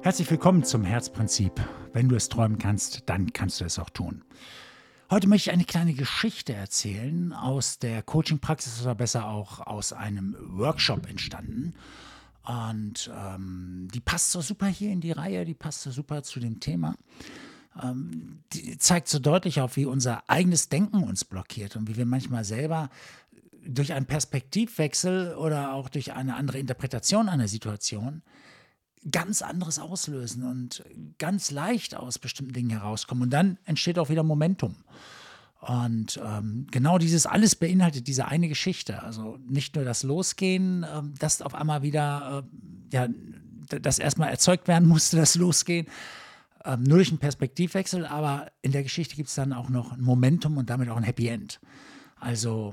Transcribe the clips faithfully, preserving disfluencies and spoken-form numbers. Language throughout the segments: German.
Herzlich willkommen zum Herzprinzip. Wenn du es träumen kannst, dann kannst du es auch tun. Heute möchte ich eine kleine Geschichte erzählen aus der Coaching-Praxis oder besser auch aus einem Workshop entstanden. Und ähm, die passt so super hier in die Reihe, die passt so super zu dem Thema. Ähm, die zeigt so deutlich auf, wie unser eigenes Denken uns blockiert und wie wir manchmal selber durch einen Perspektivwechsel oder auch durch eine andere Interpretation einer Situation ganz anderes auslösen und ganz leicht aus bestimmten Dingen herauskommen. Und dann entsteht auch wieder Momentum. Und ähm, genau dieses alles beinhaltet diese eine Geschichte. Also nicht nur das Losgehen, ähm, das auf einmal wieder, äh, ja, das erstmal erzeugt werden musste, das Losgehen, ähm, nur durch einen Perspektivwechsel. Aber in der Geschichte gibt es dann auch noch ein Momentum und damit auch ein Happy End. Also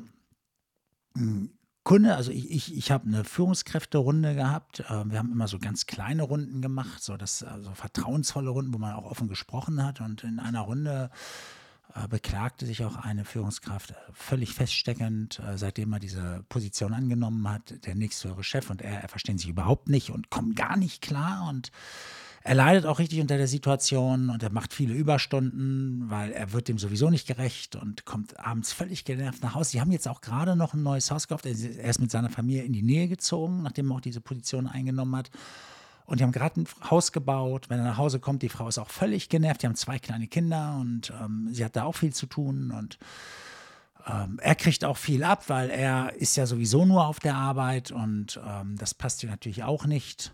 Kunde, also ich, ich, ich habe eine Führungskräfterunde gehabt. Äh, wir haben immer so ganz kleine Runden gemacht, so das, also vertrauensvolle Runden, wo man auch offen gesprochen hat. Und in einer Runde äh, beklagte sich auch eine Führungskraft, äh, völlig feststeckend, äh, seitdem er diese Position angenommen hat, der nächsthöhere Chef und er, er verstehen sich überhaupt nicht und kommen gar nicht klar. Und er leidet auch richtig unter der Situation und er macht viele Überstunden, weil er wird dem sowieso nicht gerecht und kommt abends völlig genervt nach Hause. Die haben jetzt auch gerade noch ein neues Haus gekauft. Er ist mit seiner Familie in die Nähe gezogen, nachdem er auch diese Position eingenommen hat. Und die haben gerade ein Haus gebaut. Wenn er nach Hause kommt, die Frau ist auch völlig genervt. Die haben zwei kleine Kinder und ähm, sie hat da auch viel zu tun. Und ähm, er kriegt auch viel ab, weil er ist ja sowieso nur auf der Arbeit und ähm, das passt ihm natürlich auch nicht.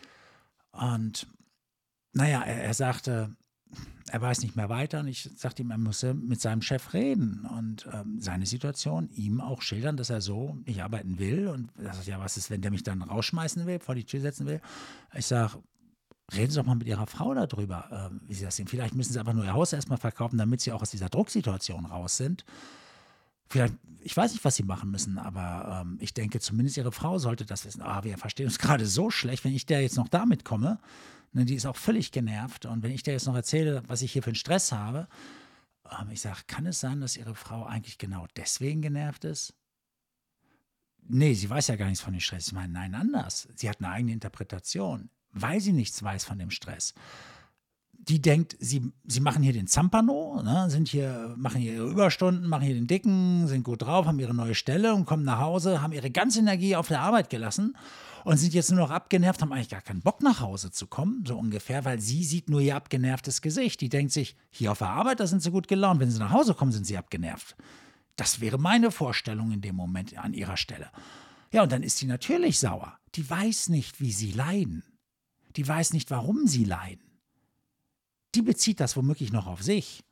Und naja, er, er sagte, er weiß nicht mehr weiter und ich sagte ihm, er müsse mit seinem Chef reden und ähm, seine Situation ihm auch schildern, dass er so nicht arbeiten will. Und er sagt, ja, was ist, wenn der mich dann rausschmeißen will, vor die Tür setzen will? Ich sage, reden Sie doch mal mit Ihrer Frau darüber, ähm, wie Sie das sehen. Vielleicht müssen Sie einfach nur Ihr Haus erstmal verkaufen, damit Sie auch aus dieser Drucksituation raus sind. Vielleicht, ich weiß nicht, was Sie machen müssen, aber ähm, ich denke, zumindest Ihre Frau sollte das wissen. Ah, wir verstehen uns gerade so schlecht, wenn ich der jetzt noch damit komme. Ne, die ist auch völlig genervt. Und wenn ich der jetzt noch erzähle, was ich hier für einen Stress habe, ähm, ich sage, kann es sein, dass Ihre Frau eigentlich genau deswegen genervt ist? Nee, sie weiß ja gar nichts von dem Stress. Ich meine, nein, anders. Sie hat eine eigene Interpretation, weil sie nichts weiß von dem Stress. Die denkt, sie, sie machen hier den Zampano, ne, sind hier, machen hier ihre Überstunden, machen hier den Dicken, sind gut drauf, haben ihre neue Stelle und kommen nach Hause, haben ihre ganze Energie auf der Arbeit gelassen und sind jetzt nur noch abgenervt, haben eigentlich gar keinen Bock nach Hause zu kommen, so ungefähr, weil sie sieht nur ihr abgenervtes Gesicht. Die denkt sich, hier auf der Arbeit, da sind sie gut gelaunt, wenn sie nach Hause kommen, sind sie abgenervt. Das wäre meine Vorstellung in dem Moment an ihrer Stelle. Ja, und dann ist sie natürlich sauer. Die weiß nicht, wie sie leiden. Die weiß nicht, warum sie leiden. Die bezieht das womöglich noch auf sich.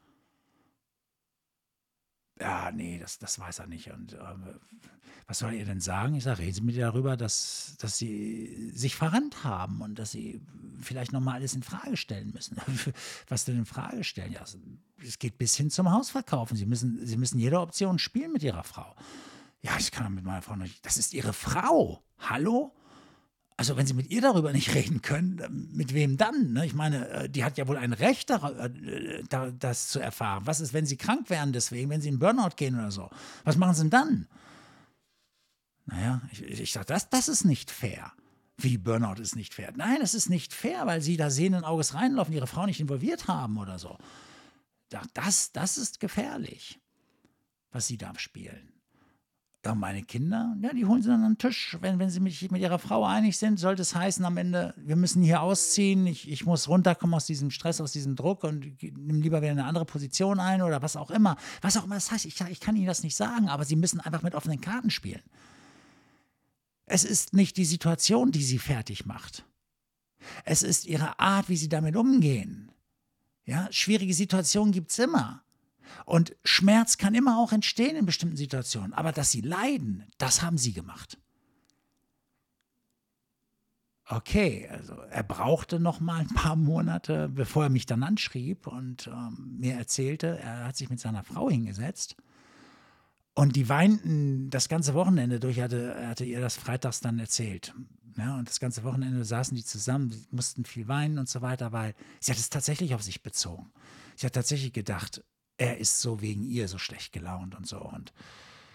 Ja, nee, das, das weiß er nicht. Und äh, was soll ihr denn sagen? Ich sage, reden Sie mit ihr darüber, dass, dass Sie sich verrannt haben und dass Sie vielleicht nochmal alles in Frage stellen müssen. Was denn in Frage stellen? Ja, es geht bis hin zum Hausverkaufen. Sie müssen, Sie müssen jede Option spielen mit Ihrer Frau. Ja, ich kann mit meiner Frau nicht. Das ist Ihre Frau. Hallo? Also wenn Sie mit ihr darüber nicht reden können, mit wem dann? Ne? Ich meine, die hat ja wohl ein Recht, das zu erfahren. Was ist, wenn Sie krank wären deswegen, wenn Sie in Burnout gehen oder so? Was machen Sie denn dann? Naja, ich, ich sage, das, das ist nicht fair. Wie, Burnout ist nicht fair? Nein, es ist nicht fair, weil Sie da sehenden Auges reinlaufen, Ihre Frau nicht involviert haben oder so. Das, das ist gefährlich, was Sie da spielen. Ja, meine Kinder, ja, die holen sie dann an den Tisch. Wenn, wenn sie mich mit ihrer Frau einig sind, sollte es heißen am Ende, wir müssen hier ausziehen, ich, ich muss runterkommen aus diesem Stress, aus diesem Druck und nehme lieber wieder eine andere Position ein oder was auch immer. Was auch immer das heißt, ich, ich kann Ihnen das nicht sagen, aber Sie müssen einfach mit offenen Karten spielen. Es ist nicht die Situation, die Sie fertig macht. Es ist Ihre Art, wie Sie damit umgehen. Ja, schwierige Situationen gibt es immer. Und Schmerz kann immer auch entstehen in bestimmten Situationen. Aber dass sie leiden, das haben sie gemacht. Okay, also er brauchte noch mal ein paar Monate, bevor er mich dann anschrieb und ähm, mir erzählte, er hat sich mit seiner Frau hingesetzt. Und die weinten das ganze Wochenende durch, er hatte, er hatte ihr das freitags dann erzählt. Ja, und das ganze Wochenende saßen die zusammen, sie mussten viel weinen und so weiter, weil sie hat es tatsächlich auf sich bezogen. Sie hat tatsächlich gedacht, er ist so wegen ihr so schlecht gelaunt und so. Und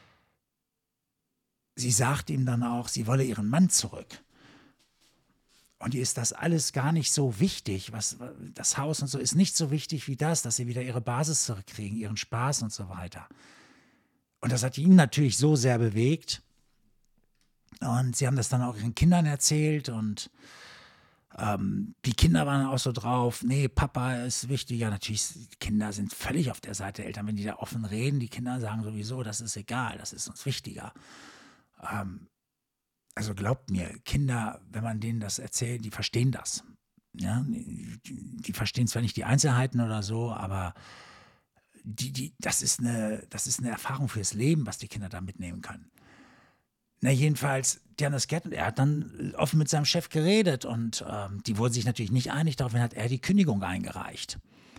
sie sagt ihm dann auch, sie wolle ihren Mann zurück. Und ihr ist das alles gar nicht so wichtig, was das Haus und so ist nicht so wichtig wie das, dass sie wieder ihre Basis zurückkriegen, ihren Spaß und so weiter. Und das hat ihn natürlich so sehr bewegt. Und sie haben das dann auch ihren Kindern erzählt und ähm, die Kinder waren auch so drauf, nee, Papa ist wichtiger. Natürlich, die Kinder sind völlig auf der Seite der Eltern, wenn die da offen reden. Die Kinder sagen sowieso, das ist egal, das ist uns wichtiger. Ähm, also glaubt mir, Kinder, wenn man denen das erzählt, die verstehen das. Ja, die, die verstehen zwar nicht die Einzelheiten oder so, aber die, die, das ist eine, das ist eine Erfahrung fürs Leben, was die Kinder da mitnehmen können. Na, jedenfalls, die haben das gehört und er hat dann offen mit seinem Chef geredet und ähm, die wurden sich natürlich nicht einig, daraufhin hat er die Kündigung eingereicht.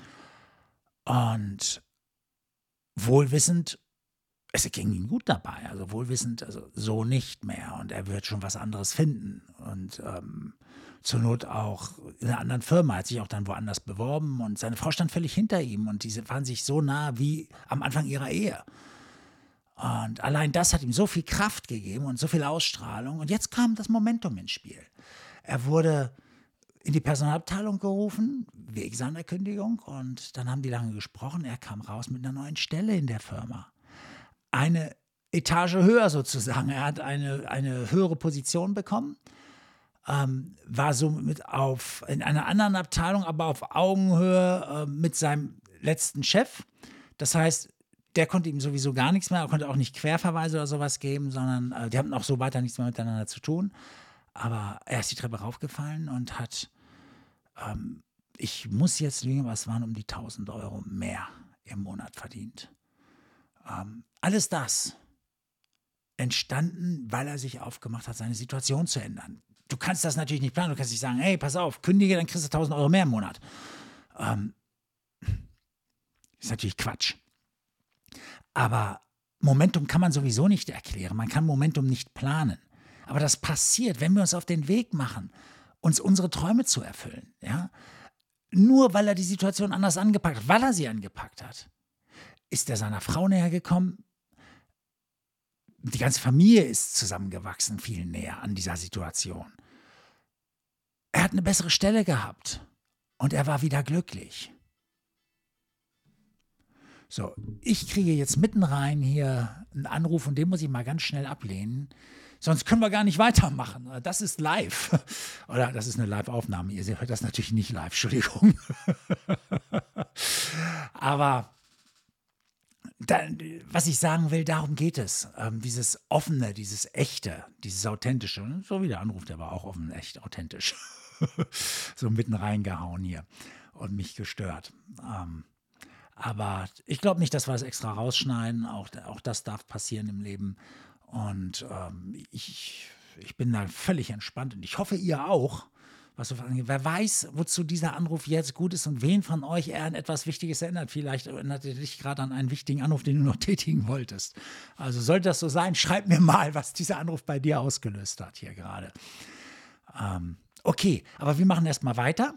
Und wohlwissend, es ging ihm gut dabei, also wohlwissend, also so nicht mehr und er wird schon was anderes finden und ähm, zur Not auch in einer anderen Firma, hat sich auch dann woanders beworben und seine Frau stand völlig hinter ihm und diese waren sich so nah wie am Anfang ihrer Ehe. Und allein das hat ihm so viel Kraft gegeben und so viel Ausstrahlung. Und jetzt kam das Momentum ins Spiel. Er wurde in die Personalabteilung gerufen, wegen seiner Kündigung. Und dann haben die lange gesprochen. Er kam raus mit einer neuen Stelle in der Firma. Eine Etage höher sozusagen. Er hat eine, eine höhere Position bekommen. Ähm, war somit auf, in einer anderen Abteilung, aber auf Augenhöhe äh, mit seinem letzten Chef. Das heißt, der konnte ihm sowieso gar nichts mehr, er konnte auch nicht Querverweise oder sowas geben, sondern äh, die hatten auch so weiter nichts mehr miteinander zu tun. Aber er ist die Treppe raufgefallen und hat, ähm, ich muss jetzt lügen, aber es waren um die tausend Euro mehr im Monat verdient. Ähm, alles das entstanden, weil er sich aufgemacht hat, seine Situation zu ändern. Du kannst das natürlich nicht planen, du kannst nicht sagen, hey, pass auf, kündige, dann kriegst du tausend Euro mehr im Monat. Ähm, ist natürlich Quatsch. Aber Momentum kann man sowieso nicht erklären. Man kann Momentum nicht planen. Aber das passiert, wenn wir uns auf den Weg machen, uns unsere Träume zu erfüllen. Ja? Nur weil er die Situation anders angepackt hat, weil er sie angepackt hat, ist er seiner Frau näher gekommen. Die ganze Familie ist zusammengewachsen, viel näher an dieser Situation. Er hat eine bessere Stelle gehabt und er war wieder glücklich. So, ich kriege jetzt mitten rein hier einen Anruf und den muss ich mal ganz schnell ablehnen. Sonst können wir gar nicht weitermachen. Das ist live. Oder das ist eine Live-Aufnahme. Ihr hört das natürlich nicht live, Entschuldigung. Aber da, was ich sagen will, darum geht es. Ähm, dieses Offene, dieses Echte, dieses Authentische. So wie der Anruf, der war auch offen, echt authentisch. So mitten reingehauen hier und mich gestört. Ähm, Aber ich glaube nicht, dass wir das extra rausschneiden. Auch, auch das darf passieren im Leben. Und ähm, ich, ich bin da völlig entspannt und ich hoffe, ihr auch. Was so angeht. Wer weiß, wozu dieser Anruf jetzt gut ist und wen von euch er an etwas Wichtiges erinnert. Vielleicht erinnert er dich gerade an einen wichtigen Anruf, den du noch tätigen wolltest. Also sollte das so sein, schreib mir mal, was dieser Anruf bei dir ausgelöst hat hier gerade. Ähm, okay, aber wir machen erstmal weiter.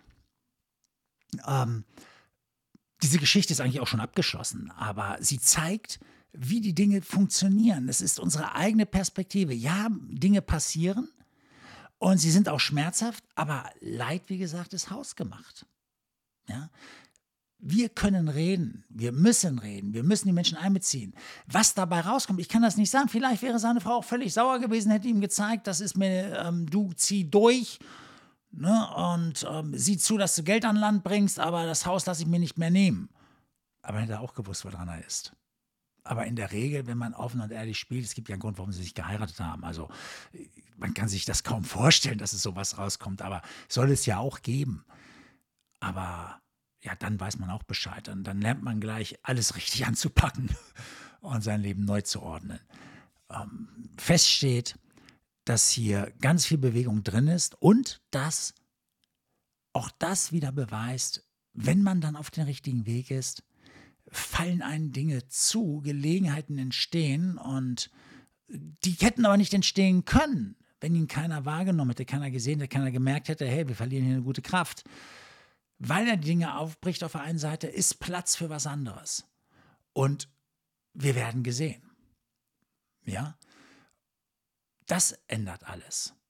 Ähm, Diese Geschichte ist eigentlich auch schon abgeschlossen, aber sie zeigt, wie die Dinge funktionieren. Es ist unsere eigene Perspektive. Ja, Dinge passieren und sie sind auch schmerzhaft, aber Leid, wie gesagt, ist hausgemacht. Ja? Wir können reden, wir müssen reden, wir müssen die Menschen einbeziehen. Was dabei rauskommt, ich kann das nicht sagen. Vielleicht wäre seine Frau auch völlig sauer gewesen, hätte ihm gezeigt, das ist mir, ähm, du zieh durch. Ne, und ähm, sieh zu, dass du Geld an Land bringst, aber das Haus lasse ich mir nicht mehr nehmen. Aber hätte er auch gewusst, woran er ist. Aber in der Regel, wenn man offen und ehrlich spielt, es gibt ja einen Grund, warum sie sich geheiratet haben. Also man kann sich das kaum vorstellen, dass es sowas rauskommt, aber soll es ja auch geben. Aber ja, dann weiß man auch Bescheid. Und dann lernt man gleich, alles richtig anzupacken und sein Leben neu zu ordnen. Ähm, fest steht, dass hier ganz viel Bewegung drin ist und dass auch das wieder beweist, wenn man dann auf dem richtigen Weg ist, fallen einem Dinge zu, Gelegenheiten entstehen und die hätten aber nicht entstehen können, wenn ihn keiner wahrgenommen hätte, keiner gesehen hätte, keiner gemerkt hätte, hey, wir verlieren hier eine gute Kraft. Weil er die Dinge aufbricht auf der einen Seite, ist Platz für was anderes. Und wir werden gesehen. Ja? Das ändert alles.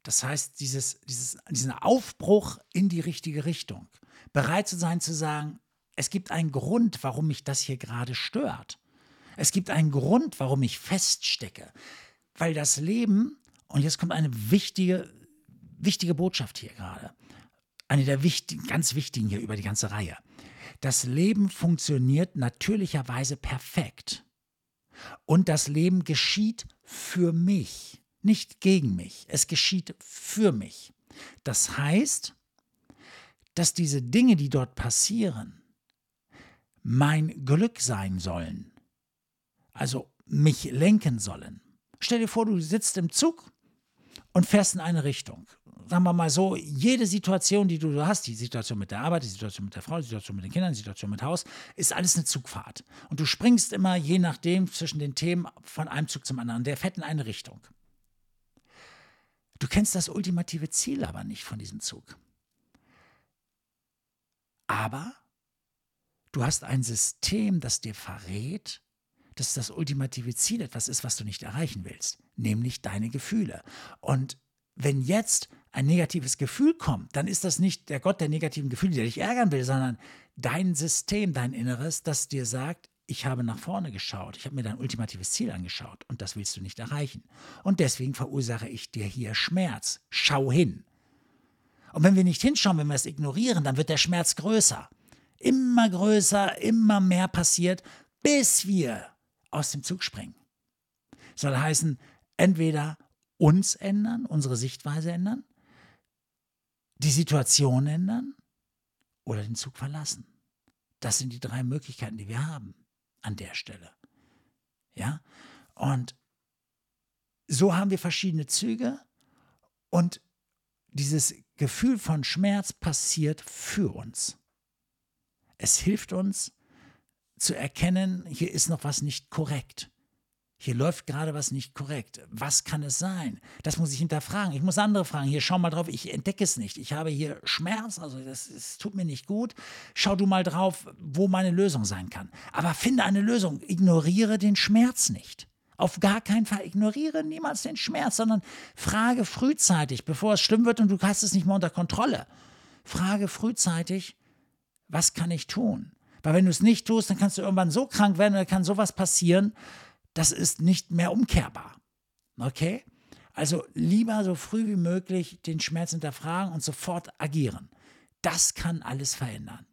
Das heißt, dieses, dieses, diesen Aufbruch in die richtige Richtung. Bereit zu sein, zu sagen, es gibt einen Grund, warum mich das hier gerade stört. Es gibt einen Grund, warum ich feststecke. Weil das Leben, und jetzt kommt eine wichtige, wichtige Botschaft hier gerade, eine der wichtigen, ganz wichtigen hier über die ganze Reihe. Das Leben funktioniert natürlicherweise perfekt. Und das Leben geschieht für mich, nicht gegen mich. Es geschieht für mich. Das heißt, dass diese Dinge, die dort passieren, mein Glück sein sollen. Also mich lenken sollen. Stell dir vor, du sitzt im Zug und fährst in eine Richtung. Sagen wir mal so, jede Situation, die du hast, die Situation mit der Arbeit, die Situation mit der Frau, die Situation mit den Kindern, die Situation mit Haus, ist alles eine Zugfahrt. Und du springst immer, je nachdem, zwischen den Themen von einem Zug zum anderen. Der fährt in eine Richtung. Du kennst das ultimative Ziel aber nicht von diesem Zug. Aber du hast ein System, das dir verrät, dass das ultimative Ziel etwas ist, was du nicht erreichen willst, nämlich deine Gefühle. Und wenn jetzt ein negatives Gefühl kommt, dann ist das nicht der Gott der negativen Gefühle, der dich ärgern will, sondern dein System, dein Inneres, das dir sagt, ich habe nach vorne geschaut, ich habe mir dein ultimatives Ziel angeschaut und das willst du nicht erreichen. Und deswegen verursache ich dir hier Schmerz. Schau hin. Und wenn wir nicht hinschauen, wenn wir es ignorieren, dann wird der Schmerz größer. Immer größer, immer mehr passiert, bis wir aus dem Zug springen. Soll heißen, entweder uns ändern, unsere Sichtweise ändern, die Situation ändern oder den Zug verlassen. Das sind die drei Möglichkeiten, die wir haben an der Stelle. Ja? Und so haben wir verschiedene Züge und dieses Gefühl von Schmerz passiert für uns. Es hilft uns zu erkennen, hier ist noch was nicht korrekt. Hier läuft gerade was nicht korrekt. Was kann es sein? Das muss ich hinterfragen. Ich muss andere fragen. Hier, schau mal drauf, ich entdecke es nicht. Ich habe hier Schmerz, also das, das tut mir nicht gut. Schau du mal drauf, wo meine Lösung sein kann. Aber finde eine Lösung. Ignoriere den Schmerz nicht. Auf gar keinen Fall ignoriere niemals den Schmerz, sondern frage frühzeitig, bevor es schlimm wird und du hast es nicht mehr unter Kontrolle. Frage frühzeitig, was kann ich tun? Weil wenn du es nicht tust, dann kannst du irgendwann so krank werden, dann kann sowas passieren, das ist nicht mehr umkehrbar. Okay? Also lieber so früh wie möglich den Schmerz hinterfragen und sofort agieren. Das kann alles verändern.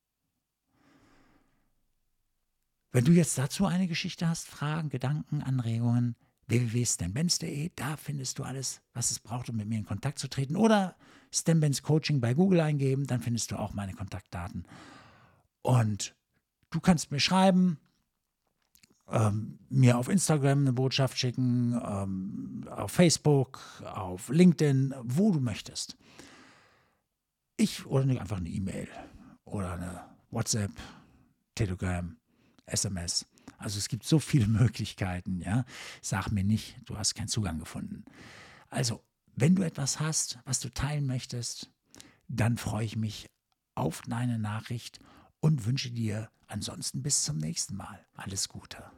Wenn du jetzt dazu eine Geschichte hast, Fragen, Gedanken, Anregungen, w w w punkt stan benz punkt de, da findest du alles, was es braucht, um mit mir in Kontakt zu treten. Oder Stan Benz Coaching bei Google eingeben, dann findest du auch meine Kontaktdaten. Und du kannst mir schreiben, ähm, mir auf Instagram eine Botschaft schicken, ähm, auf Facebook, auf LinkedIn, wo du möchtest. Ich oder einfach eine E-Mail oder eine WhatsApp, Telegram, S M S. Also es gibt so viele Möglichkeiten, ja. Sag mir nicht, du hast keinen Zugang gefunden. Also, wenn du etwas hast, was du teilen möchtest, dann freue ich mich auf deine Nachricht und wünsche dir ansonsten bis zum nächsten Mal alles Gute.